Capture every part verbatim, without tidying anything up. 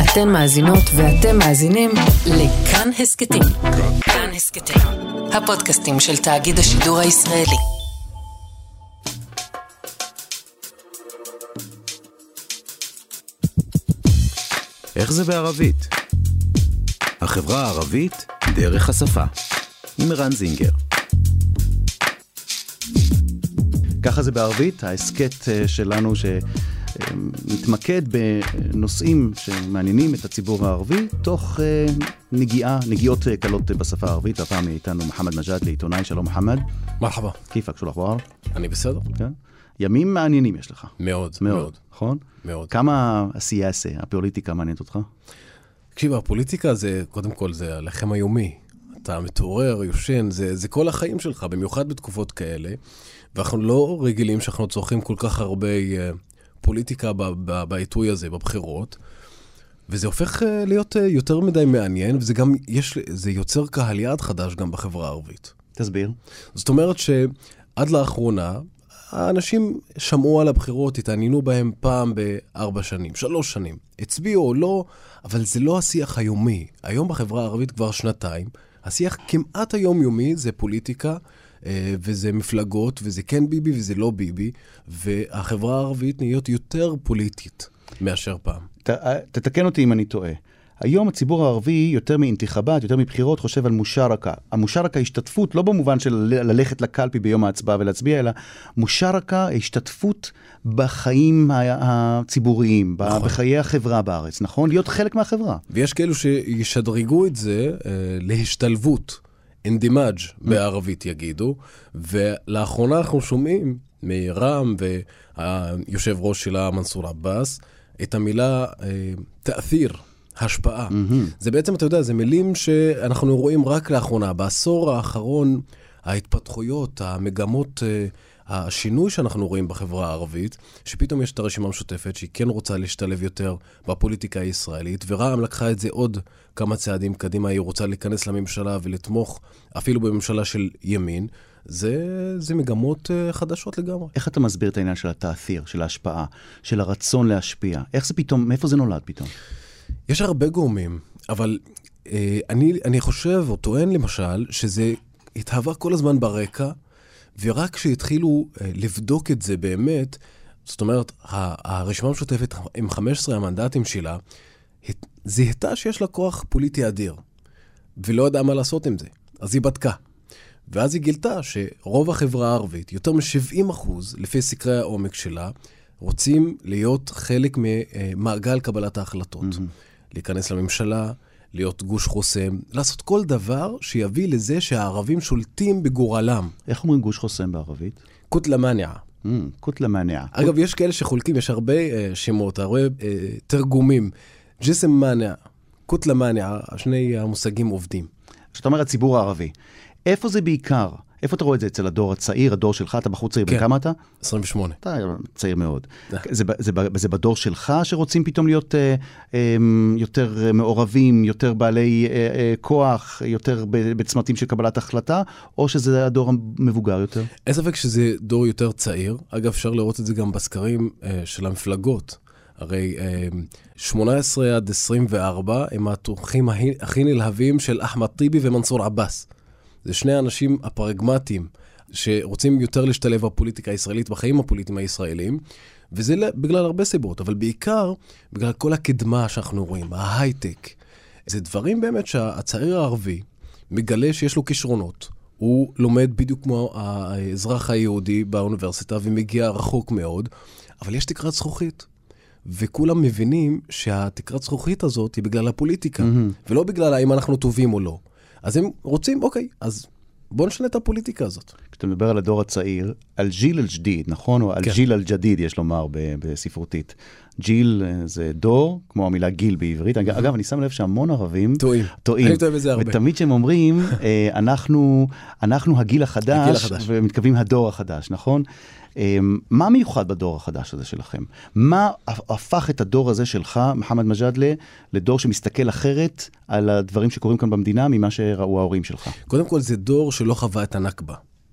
אתן מאזינות ואתם מאזינים לכאן הסקטים. כאן הסקטים, הפודקאסטים של תאגיד השידור הישראלי. איך זה בערבית? החברה הערבית דרך השפה. עם ערן זינגר. ככה זה בערבית, ההסקט שלנו שמתמקד בנושאים שמעניינים את הציבור הערבי, תוך נגיעה, נגיעות קלות בשפה הערבית. הפעם איתנו מוחמד מג'אדלה, עיתונאי. שלום מוחמד. מרחבה. כיפק, שולח וואר? אני בסדר. כן? ימים מעניינים יש לך. מאוד, מאוד. מאוד. נכון? מאוד. כמה הסיאסה, הפוליטיקה מעניינת אותך? תקשיב, הפוליטיקה זה, קודם כל, זה הלחם היומי. אתה מתעורר, יושן, זה, זה כל החיים שלך, במיוחד בתקופות כאלה. ואנחנו לא רגילים שאנחנו צורכים כל כך הרבה uh, פוליטיקה ב- ב- בעיתוי הזה, בבחירות. וזה הופך uh, להיות uh, יותר מדי מעניין, וזה גם, יש, זה יוצר קהל יעד חדש גם בחברה הערבית. תסביר. זאת אומרת שעד לאחרונה, האנשים שמעו על הבחירות, התעניינו בהם פעם בארבע שנים, שלוש שנים. הצביעו או לא, אבל זה לא השיח היומי. היום בחברה הערבית כבר שנתיים, השיח כמעט היומיומי זה פוליטיקה, וזה מפלגות, וזה כן ביבי וזה לא ביבי, והחברה הערבית נהיות יותר פוליטית מאשר פעם. ת, תתקן אותי אם אני טועה. היום הציבור הערבי יותר מאינתיחבאת, יותר מבחירות, חושב על מושרקה. המושרקה השתתפות, לא במובן של ללכת לקלפי ביום ההצבעה ולהצביע, אלא מושרקה השתתפות בחיים הציבוריים, נכון. בחיי החברה בארץ, נכון? להיות חלק מהחברה. ויש כאלו שישדרגו את זה אה, להשתלבות, אינדימאג' בערבית יגידו, ולאחרונה אנחנו שומעים מרם והיושב ראש שלה מנסור עבאס, את המילה אה, תאת'יר, השפעה. Mm-hmm. זה בעצם, אתה יודע, זה מילים שאנחנו רואים רק לאחרונה. בעשור האחרון, ההתפתחויות, המגמות, השינוי שאנחנו רואים בחברה הערבית, שפתאום יש את הרשימה המשותפת שהיא כן רוצה להשתלב יותר בפוליטיקה הישראלית, ורע"מ לקחה את זה עוד כמה צעדים קדימה, היא רוצה להיכנס לממשלה ולתמוך אפילו בממשלה של ימין. זה, זה מגמות חדשות לגמרי. איך אתה מסביר את העניין של התאת'יר, של ההשפעה, של הרצון להשפיע? איך זה פתאום, מאיפה זה נולד פתאום? יש הרבה גורמים, אבל אה, אני, אני חושב או טוען למשל שזה התהווה כל הזמן ברקע, ורק כשהתחילו אה, לבדוק את זה באמת, זאת אומרת, הרשימה המשותפת עם חמישה עשר המנדטים שלה, זיהתה שיש לה כוח פוליטי אדיר, ולא ידעה מה לעשות עם זה. אז היא בדקה. ואז היא גילתה שרוב החברה הערבית, יותר מ-שבעים אחוז לפי סקרי העומק שלה, רוצים להיות חלק ממעגל קבלת ההחלטות. Mm-hmm. להיכנס לממשלה, להיות גוש חוסם, לעשות כל דבר שיביא לזה שהערבים שולטים בגורלם. איך אומרים גוש חוסם בערבית? קוטלה מניעה. Mm, קוטלה מניעה. אגב, קוט... יש כאלה שחולקים, יש הרבה uh, שמות, הרבה uh, תרגומים. ג'סם מניעה, קוטלה מניעה, שני המושגים עובדים. כשאתה אומר הציבור הערבי, איפה זה בעיקר? איפה אתה רואה את זה? אצל הדור הצעיר, הדור שלך? אתה בחור צעיר, כן. בכמה אתה? עשרים ושמונה. אתה צעיר מאוד. זה, זה, זה בדור שלך שרוצים פתאום להיות אה, אה, יותר מעורבים, יותר בעלי אה, אה, כוח, יותר בצמתים של קבלת החלטה, או שזה הדור המבוגר יותר? אין ספק שזה דור יותר צעיר. אגב, אפשר לראות את זה גם בסקרים אה, של המפלגות. הרי אה, שמונה עשרה עד עשרים וארבע הם התומכים הכי, הכי נלהבים של אחמד טיבי ומנסור עבאס. זה שני האנשים הפרגמטיים שרוצים יותר להשתלב בפוליטיקה הישראלית, בחיים הפוליטיים הישראלים, וזה בגלל הרבה סיבות, אבל בעיקר בגלל כל הקדמה שאנחנו רואים, ההייטק. זה דברים באמת שהצעיר הערבי מגלה שיש לו כישרונות. הוא לומד בדיוק כמו האזרח היהודי באוניברסיטה ומגיע רחוק מאוד, אבל יש תקרת זכוכית. וכולם מבינים שהתקרת זכוכית הזאת היא בגלל הפוליטיקה, mm-hmm. ולא בגלל האם אנחנו טובים או לא. אז הם רוצים, אוקיי, אז בואו נשנה את הפוליטיקה הזאת. כשאתה מדבר על הדור הצעיר, על ג'יל אל-ג'דיד, נכון? או על כן. ג'יל אל-ג'דיד, יש לומר בספרותית. ג'יל זה דור, כמו המילה גיל בעברית. אגב, אני שם לב שהמון ערבים טועים. טועים. אני טועה בזה הרבה. ותמיד שהם אומרים, אנחנו, אנחנו הגיל החדש, הגיל החדש. ומתכוונים הדור החדש, נכון? מה מיוחד בדור החדש הזה שלכם? מה הפך את הדור הזה שלך, מוחמד מג'אדלה, לדור שמסתכל אחרת על הדברים שקורים כאן במדינה ממה שראו ההורים שלך? קודם כל, זה דור שלא חווה את הנכבה,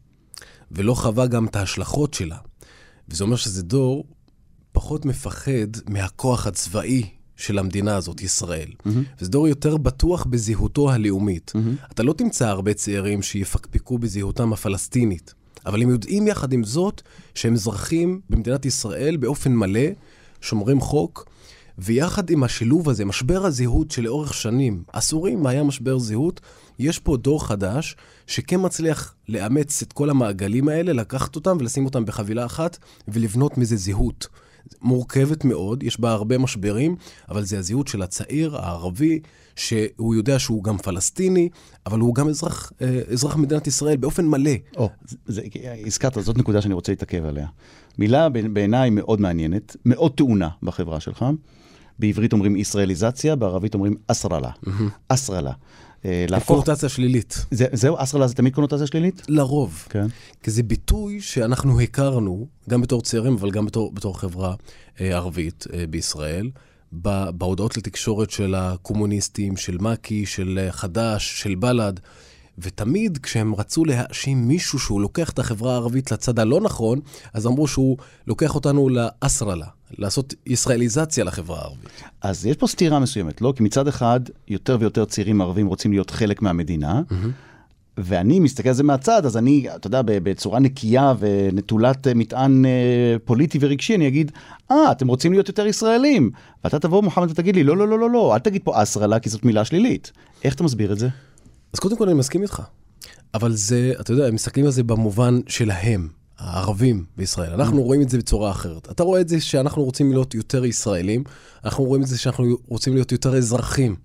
ולא חווה גם את ההשלכות שלה. וזה אומר שזה דור פחות מפחד מהכוח הצבאי של המדינה הזאת, ישראל. Mm-hmm. וזה דור יותר בטוח בזהותו הלאומית. Mm-hmm. אתה לא תמצא הרבה צעירים שיפקפקו בזהותם הפלסטינית, אבל הם יודעים יחד עם זאת שהם אזרחים במדינת ישראל באופן מלא, שומרים חוק, ויחד עם השילוב הזה, משבר הזהות שלאורך שנים, עשורים היה משבר זהות, יש פה דור חדש שכן מצליח לאמץ את כל המעגלים האלה, לקחת אותם ולשים אותם בחבילה אחת ולבנות מזה זהות. מורכבת מאוד, יש בה הרבה משברים, אבל זה הזהות של הצעיר, הערבי, שהוא יודע שהוא גם פלסטיני, אבל הוא גם אזרח, אזרח מדינת ישראל באופן מלא. או, זה, הזכרת, זאת נקודה שאני רוצה להתעכב עליה. מילה בעיניי מאוד מעניינת, מאוד טעונה בחברה שלך. בעברית אומרים ישראליזציה, בערבית אומרים אסרלה. אסרלה. קונוטציה שלילית. זה, זהו, אסרלה זה תמיד קונוטציה שלילית? לרוב. כן. כי זה ביטוי שאנחנו הכרנו, גם בתור צעירים, אבל גם בתור, בתור חברה אה, ערבית אה, בישראל, בהודעות לתקשורת של הקומוניסטים, של מקי, של אה, חדש, של בלד, ותמיד כשהם רצו להאשים מישהו שהוא לוקח את החברה הערבית לצד הלא נכון, אז אמרו שהוא לוקח אותנו לאסרלה, לעשות ישראליזציה לחברה הערבית. אז יש פה סתירה מסוימת, לא? כי מצד אחד, יותר ויותר צעירים ערבים רוצים להיות חלק מהמדינה, mm-hmm. ואני מסתכל על זה מהצד, אז אני, אתה יודע, בצורה נקייה ונטולת מטען פוליטי ורגשי, אני אגיד, אה, אתם רוצים להיות יותר ישראלים. ואתה תבוא, מוחמד, ותגיד לי, לא, לא, לא, לא, לא, אל תגיד פה אסרלה, כי זאת מילה שלילית. איך אתה מסביר את זה? אז קודם כל אני מסכים איתך. אבל זה, אתה יודע, הם מסתכלים על זה במובן שלהם, הערבים בישראל. אנחנו רואים את זה בצורה אחרת. אתה רואה את זה שאנחנו רוצים להיות יותר ישראלים, אנחנו רואים את זה שאנחנו רוצים להיות יותר אזרחים.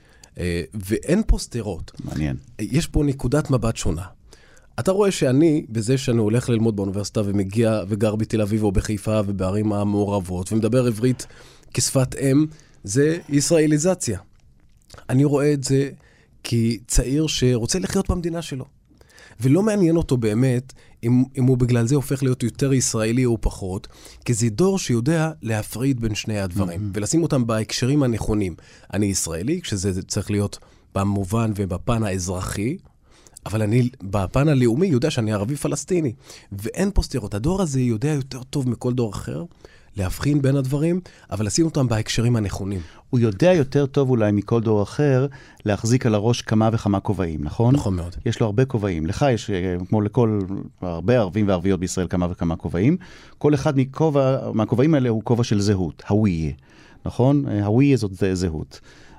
ואין פה סתירות. מעניין. יש פה נקודת מבט שונה. אתה רואה שאני, בזה שאני הולך ללמוד באוניברסיטה ומגיע וגר בתל אביב או בחיפה ובערים המעורבות, ומדבר עברית כשפת אם, זה ישראליזציה. אני רואה את זה כצעיר שרוצה לחיות במדינה שלו. ולא מעניין אותו באמת אם, אם הוא בגלל זה הופך להיות יותר ישראלי או פחות, כי זה דור שיודע להפריד בין שני הדברים, mm-hmm. ולשים אותם בהקשרים הנכונים. אני ישראלי, כשזה צריך להיות במובן ובפן האזרחי, אבל אני בפן הלאומי יודע שאני ערבי פלסטיני. ואין פה סתירות. הדור הזה יודע יותר טוב מכל דור אחר, להבחין בין הדברים, אבל לשים אותם בהקשרים הנכונים. הוא יודע יותר טוב אולי מכל דור אחר, להחזיק על הראש כמה וכמה כובעים, נכון? נכון מאוד. יש לו הרבה כובעים. לך יש, כמו לכל, הרבה ערבים וערביות בישראל, כמה וכמה כובעים. כל אחד מכובע, מהכובעים האלה הוא כובע של זהות, הוויה, נכון? הוויה זאת זהות.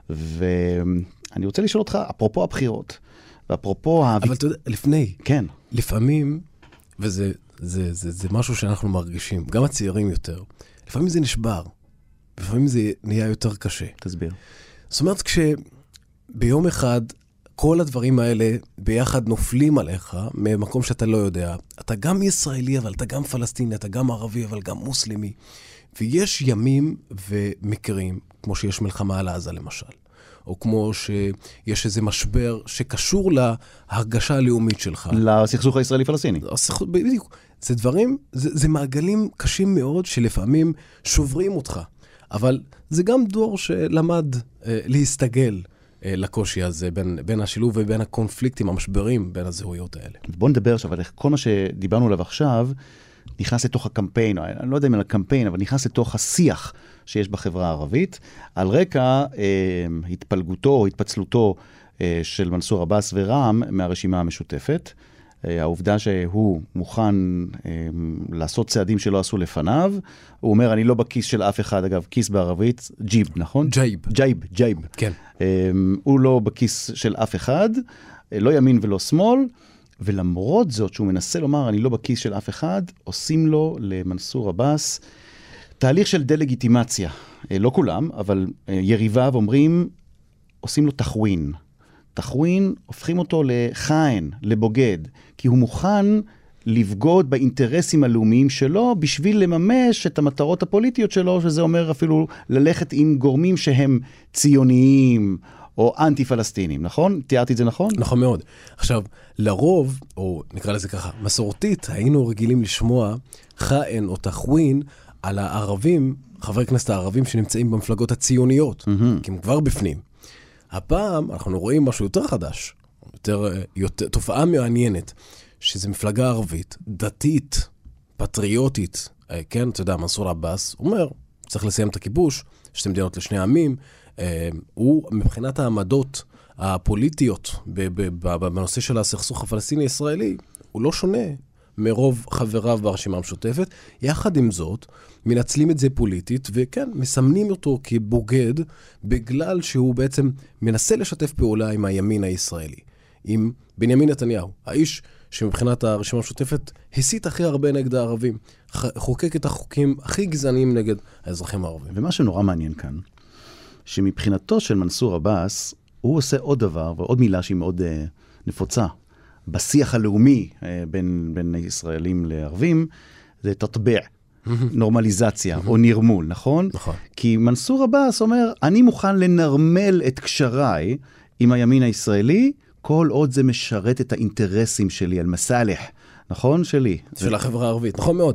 ואני רוצה לשאול אותך, אפרופו הבחירות, ואפרופו... אבל אתה יודע, לפני. כן. לפעמים, וזה זה, זה, זה משהו שאנחנו מרגישים, גם הצעירים יותר, לפעמים זה נשבר. לפעמים זה נהיה יותר קשה. תסביר. זאת אומרת, כשביום אחד כל הדברים האלה ביחד נופלים עליך, ממקום שאתה לא יודע, אתה גם ישראלי, אבל אתה גם פלסטיני, אתה גם ערבי, אבל גם מוסלמי. ויש ימים ומקרים, כמו שיש מלחמה על עזה למשל, או כמו שיש איזה משבר שקשור להרגשה הלאומית שלך. לסכסוך הישראלי-פלסטיני. בדיוק. זה דברים, זה, זה מעגלים קשים מאוד שלפעמים שוברים אותך. אבל זה גם דור שלמד אה, להסתגל אה, לקושי הזה, בין, בין השילוב ובין הקונפליקטים, המשברים, בין הזהויות האלה. בוא נדבר עכשיו על איך כל מה שדיברנו עליו עכשיו, נכנס לתוך הקמפיין, אני לא יודע אם על הקמפיין, אבל נכנס לתוך השיח שיש בחברה הערבית, על רקע אה, התפלגותו או התפצלותו אה, של מנסור עבאס ורע"מ מהרשימה המשותפת. העובדה שהוא מוכן אה, לעשות צעדים שלא עשו לפניו, הוא אומר, אני לא בכיס של אף אחד, אגב, כיס בערבית, ג'יב, נכון? ג'ייב. ג'ייב, ג'ייב. כן. אה, הוא לא בכיס של אף אחד, אה, לא ימין ולא שמאל, ולמרות זאת שהוא מנסה לומר, אני לא בכיס של אף אחד, עושים לו למנסור עבאס תהליך של דה-לגיטימציה. אה, לא כולם, אבל אה, יריביו אומרים, עושים לו תחווין. תחווין, הופכים אותו לחיים, לבוגד, כי הוא מוכן לבגוד באינטרסים הלאומיים שלו, בשביל לממש את המטרות הפוליטיות שלו, שזה אומר אפילו ללכת עם גורמים שהם ציוניים, או אנטי-פלסטינים, נכון? תיארתי את זה נכון? נכון מאוד. עכשיו, לרוב, או נקרא לזה ככה, מסורתית, היינו רגילים לשמוע חיים או תחווין על הערבים, חברי כנסת הערבים שנמצאים במפלגות הציוניות, mm-hmm. כי הם כבר בפנים. הפעם אנחנו רואים משהו יותר חדש, יותר, יותר, תופעה מעניינת, שזו מפלגה ערבית, דתית, פטריוטית, כן, אתה יודע, מנסור עבאס, אומר, צריך לסיים את הכיבוש, שתי מדינות לשני עמים, הוא מבחינת העמדות הפוליטיות בנושא של הסכסוך הפלסטיני-ישראלי, הוא לא שונה מרוב חבריו ברשימה המשותפת. יחד עם זאת, מנצלים את זה פוליטית, וכן, מסמנים אותו כבוגד, בגלל שהוא בעצם מנסה לשתף פעולה עם הימין הישראלי, עם בנימין נתניהו, האיש שמבחינת הרשימה המשותפת הסית הכי הרבה נגד הערבים, חוקק את החוקים הכי גזעניים נגד האזרחים הערבים. ומה שנורא מעניין כאן, שמבחינתו של מנסור עבאס, הוא עושה עוד דבר, ועוד מילה שהיא מאוד uh, נפוצה, בשיח הלאומי uh, בין, בין ישראלים לערבים, זה תטבע, נורמליזציה או נרמול, נכון? נכון. כי מנסור עבאס אומר, אני מוכן לנרמל את קשריי עם הימין הישראלי, כל עוד זה משרת את האינטרסים שלי, על מסלח, נכון? שלי. של החברה הערבית, נכון מאוד.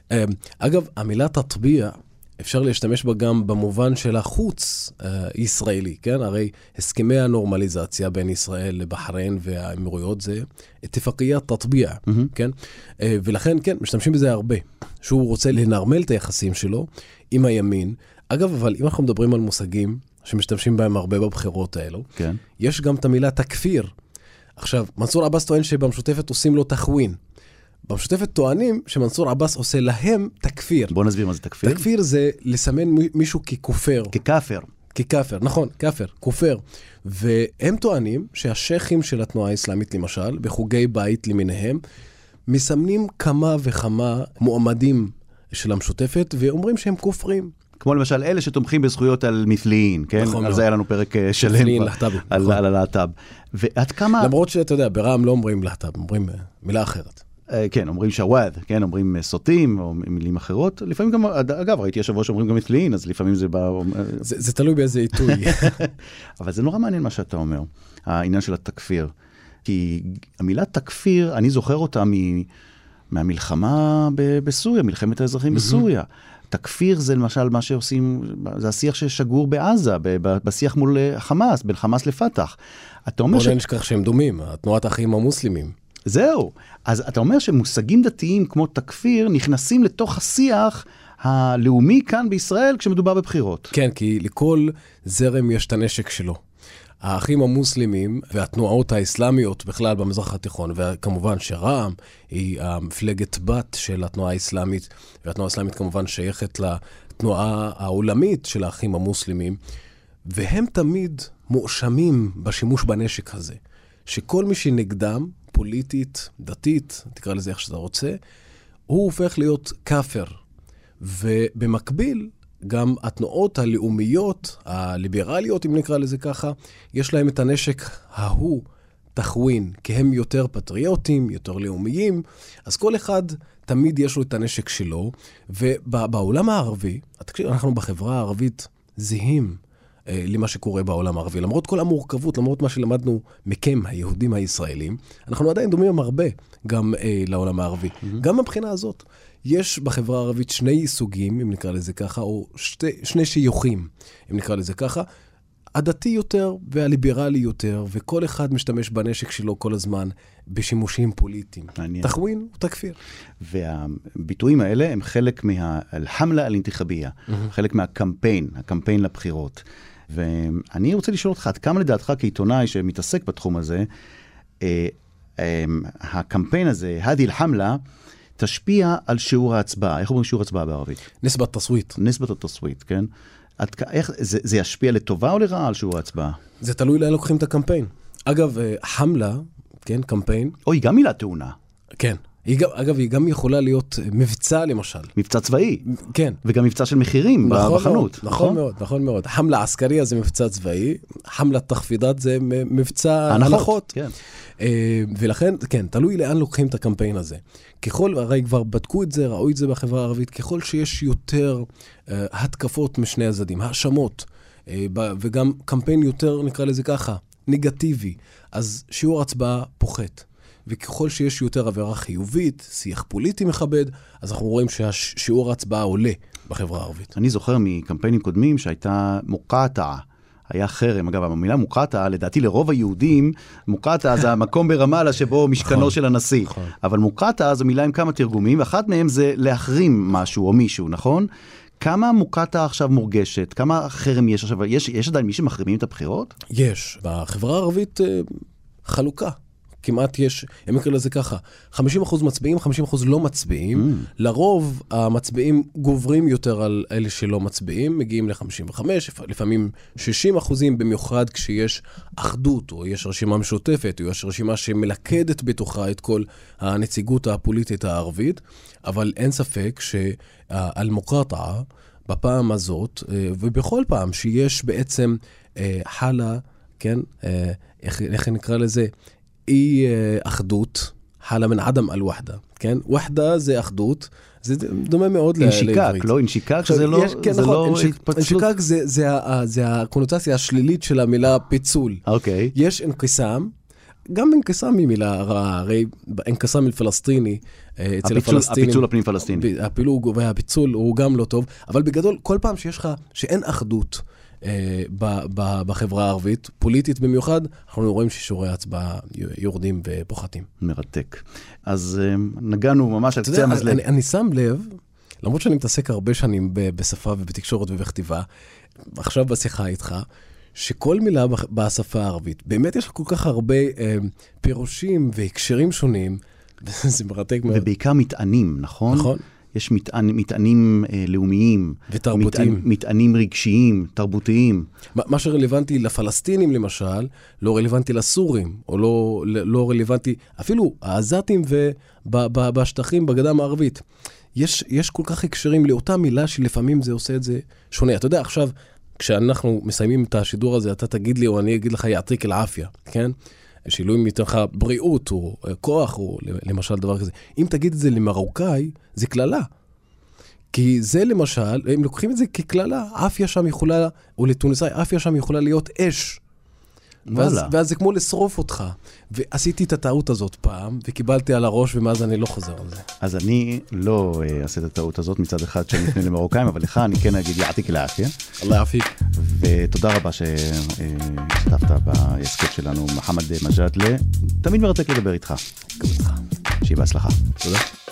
אגב, המילה תטביע, אפשר להשתמש בה גם במובן של החוץ ישראלי, כן? הרי הסכמי הנורמליזציה בין ישראל לבחריין והאמירויות זה התפקיית תטביע, כן? ולכן, כן, משתמשים בזה הרבה. שהוא רוצה לנרמל את היחסים שלו עם הימין. אגב, אבל אם אנחנו מדברים על מושגים שמשתמשים בהם הרבה בבחירות האלו, כן. יש גם את המילה תכפיר. עכשיו, מנסור עבאס טוען שבמשותפת עושים לו תחווין. במשותפת טוענים שמנסור עבאס עושה להם תכפיר. בוא נסביר מה זה תכפיר. תכפיר זה לסמן מישהו ככופר. ככאפר. ככאפר, נכון, כאפר, כופר. והם טוענים שהשייכים של התנועה האסלאמית למשל, בחוגי בית למיניהם, מסמנים כמה וכמה מועמדים של המשותפת, ואומרים שהם כופרים. כמו למשל אלה שתומכים בזכויות על מתליים, כן? נכון. על זה היה לנו פרק שלם. מתליים, להט"בים. על, נכון. על הלהט"ב. ועד כמה... למרות שאתה יודע, ברעם לא אומרים להט"ב, אומרים מילה אחרת. כן, אומרים שוואד, כן, אומרים סוטים, או מילים אחרות. לפעמים גם, אגב, ראיתי השבוע שאומרים גם מתליים, אז לפעמים זה בא... זה, זה תלוי באיזה עיתוי. אבל זה נורא מעניין מה שאתה אומר, העניין של התכפיר. כי המילה תכפיר, אני זוכר אותה מ... מהמלחמה ב... בסוריה, מלחמת האזרחים בסוריה. תכפיר זה למשל מה שעושים, זה השיח ששגור בעזה, ב... בשיח מול חמאס, בין חמאס לפתח. אתה אומר בוא ש... נשכח שהם דומים, התנועת האחים המוסלמים. זהו. אז אתה אומר שמושגים דתיים כמו תכפיר נכנסים לתוך השיח הלאומי כאן בישראל כשמדובר בבחירות. כן, כי לכל זרם יש את הנשק שלו. האחים המוסלמים והתנועות האסלאמיות בכלל במזרח התיכון, וכמובן שרע"מ היא המפלגת בת של התנועה האסלאמית, והתנועה האסלאמית כמובן שייכת לתנועה העולמית של האחים המוסלמים, והם תמיד מואשמים בשימוש בנשק הזה, שכל מי שנגדם, פוליטית, דתית, תקרא לזה איך שאתה רוצה, הוא הופך להיות כפר. ובמקביל, גם התנועות הלאומיות, הליברליות, אם נקרא לזה ככה, יש להם את הנשק ההוא, תחווין, כי הם יותר פטריוטים, יותר לאומיים, אז כל אחד תמיד יש לו את הנשק שלו, ובעולם הערבי, אנחנו בחברה הערבית זהים למה שקורה בעולם הערבי, למרות כל המורכבות, למרות מה שלמדנו מכם, היהודים הישראלים, אנחנו עדיין דומים הרבה גם אה, לעולם הערבי. Mm-hmm. גם מבחינה הזאת, יש בחברה הערבית שני סוגים, אם נקרא לזה ככה, או שתי, שני שיוכים, אם נקרא לזה ככה, הדתי יותר והליברלי יותר, וכל אחד משתמש בנשק שלו כל הזמן בשימושים פוליטיים. מעניין. תחווין הוא תכפיר. והביטויים האלה הם חלק מהחמלה על-אינתיחביה, mm-hmm. חלק מהקמפיין, הקמפיין לבחירות. ואני רוצה לשאול אותך, עד כמה לדעתך כעיתונאי שמתעסק בתחום הזה, אה, אה, הקמפיין הזה, הדי אל-חמלה, תשפיע על שיעור ההצבעה. איך אומרים שיעור ההצבעה בערבית? נסבת תסווית. נסבת התסווית, כן. עד, איך, זה, זה ישפיע לטובה או לרעה על שיעור ההצבעה? זה תלוי לאן לוקחים את הקמפיין. אגב, חמלה, כן, קמפיין. או, היא גם מילה טעונה. כן. היא גם, אגב, היא גם יכולה להיות מבצע, למשל. מבצע צבאי. כן. וגם מבצע של מחירים נכון בחנות. מאוד, נכון, נכון מאוד, נכון מאוד. חמלה עסקריה זה מבצע צבאי, חמלה תחפידת זה מבצע הנחות. כן. ולכן, כן, תלוי לאן לוקחים את הקמפיין הזה. ככל, הרי כבר בדקו את זה, ראו את זה בחברה הערבית, ככל שיש יותר uh, התקפות משני הצדדים, האשמות, uh, וגם קמפיין יותר, נקרא לזה ככה, נגטיבי, אז שיעור הצבעה פוחת. וככל שיש יותר עבירה חיובית, שיח פוליטי מכבד, אז אנחנו רואים שהשיעור ההצבעה עולה בחברה הערבית. אני זוכר מקמפיינים קודמים שהייתה מוקטעה, היה חרם. אגב, המילה מוקטעה, לדעתי לרוב היהודים, מוקטעה זה המקום ברמאללה שבו משכנו של הנשיא. אבל מוקטעה זו מילה עם כמה תרגומים, ואחת מהם זה להחרים משהו או מישהו, נכון? כמה מוקטעה עכשיו מורגשת? כמה חרם יש עכשיו? יש, יש עדיין מי שמחרימים את הבחירות? יש. בחברה הערבית חלוקה. כמעט יש, הם יקרא לזה ככה, חמישים אחוז מצביעים, חמישים אחוז לא מצביעים. Mm. לרוב המצביעים גוברים יותר על אלה שלא מצביעים, מגיעים ל-חמישים וחמש, לפעמים שישים אחוזים, במיוחד כשיש אחדות, או יש רשימה משותפת, או יש רשימה שמלכדת בתוכה את כל הנציגות הפוליטית הערבית, אבל אין ספק שהאל-מוקטעה, בפעם הזאת, ובכל פעם שיש בעצם חלה, כן, איך, איך נקרא לזה? אי אחדות, חלה מן עדם על וחדה, כן? וחדה זה אחדות, זה דומה מאוד לעברית. אינשיקק, לא? אינשיקק זה לא התפצלות. אינשיקק זה הקונוטציה השלילית של המילה פיצול. אוקיי. יש אינקסם, גם אינקסם היא מילה רעה, הרי אינקסם פלסטיני, אצל הפלסטינים. הפיצול הפנים פלסטיני. הפילוג והפיצול הוא גם לא טוב, אבל בגדול, כל פעם שיש לך, שאין אחדות, בחברה הערבית, פוליטית במיוחד, אנחנו רואים ששיעורי ההצבעה יורדים ופוחתים. מרתק. אז נגענו ממש על קצה המזלג. אני שם לב, למרות שאני מתעסק הרבה שנים בשפה ובתקשורת ובכתיבה, עכשיו בשיחה איתך, שכל מילה בשפה הערבית, באמת יש כל כך הרבה פירושים והקשרים שונים, זה מרתק מאוד. ובעיקר מטענים, נכון? נכון. יש מטען, מטענים אה, לאומיים, ותרבותיים. מטען, מטענים רגשיים, תרבותיים. מה, מה שרלוונטי לפלסטינים למשל, לא רלוונטי לסורים, או לא, לא רלוונטי, אפילו העזתים ובשטחים בגדה המערבית. יש, יש כל כך הקשרים לאותה מילה שלפעמים זה עושה את זה שונה. אתה יודע, עכשיו, כשאנחנו מסיימים את השידור הזה, אתה תגיד לי, או אני אגיד לך, יעתיק אל-עפיה, כן? שאלוהים ייתן לך בריאות או כוח או למשל דבר כזה. אם תגיד את זה למרוקאי, זה כללה. כי זה למשל, הם לוקחים את זה ככללה, אפיה שם יכולה, או לתוניסאי, אפיה שם יכולה להיות אש. ואז, ואז זה כמו לשרוף אותך. ועשיתי את הטעות הזאת פעם, וקיבלתי על הראש, ומאז אני לא חוזר על זה. אז אני לא אעשה את הטעות הזאת מצד אחד שאני אפנה למרוקאים, אבל לך אני כן אגיד יעתיק אל-עפיה. אללה יעפיק. ותודה רבה שהשתתפת בהסכת שלנו, מוחמד מג'אדלה. תמיד מרתק לדבר איתך. גם איתך. שיהיה בהצלחה. תודה.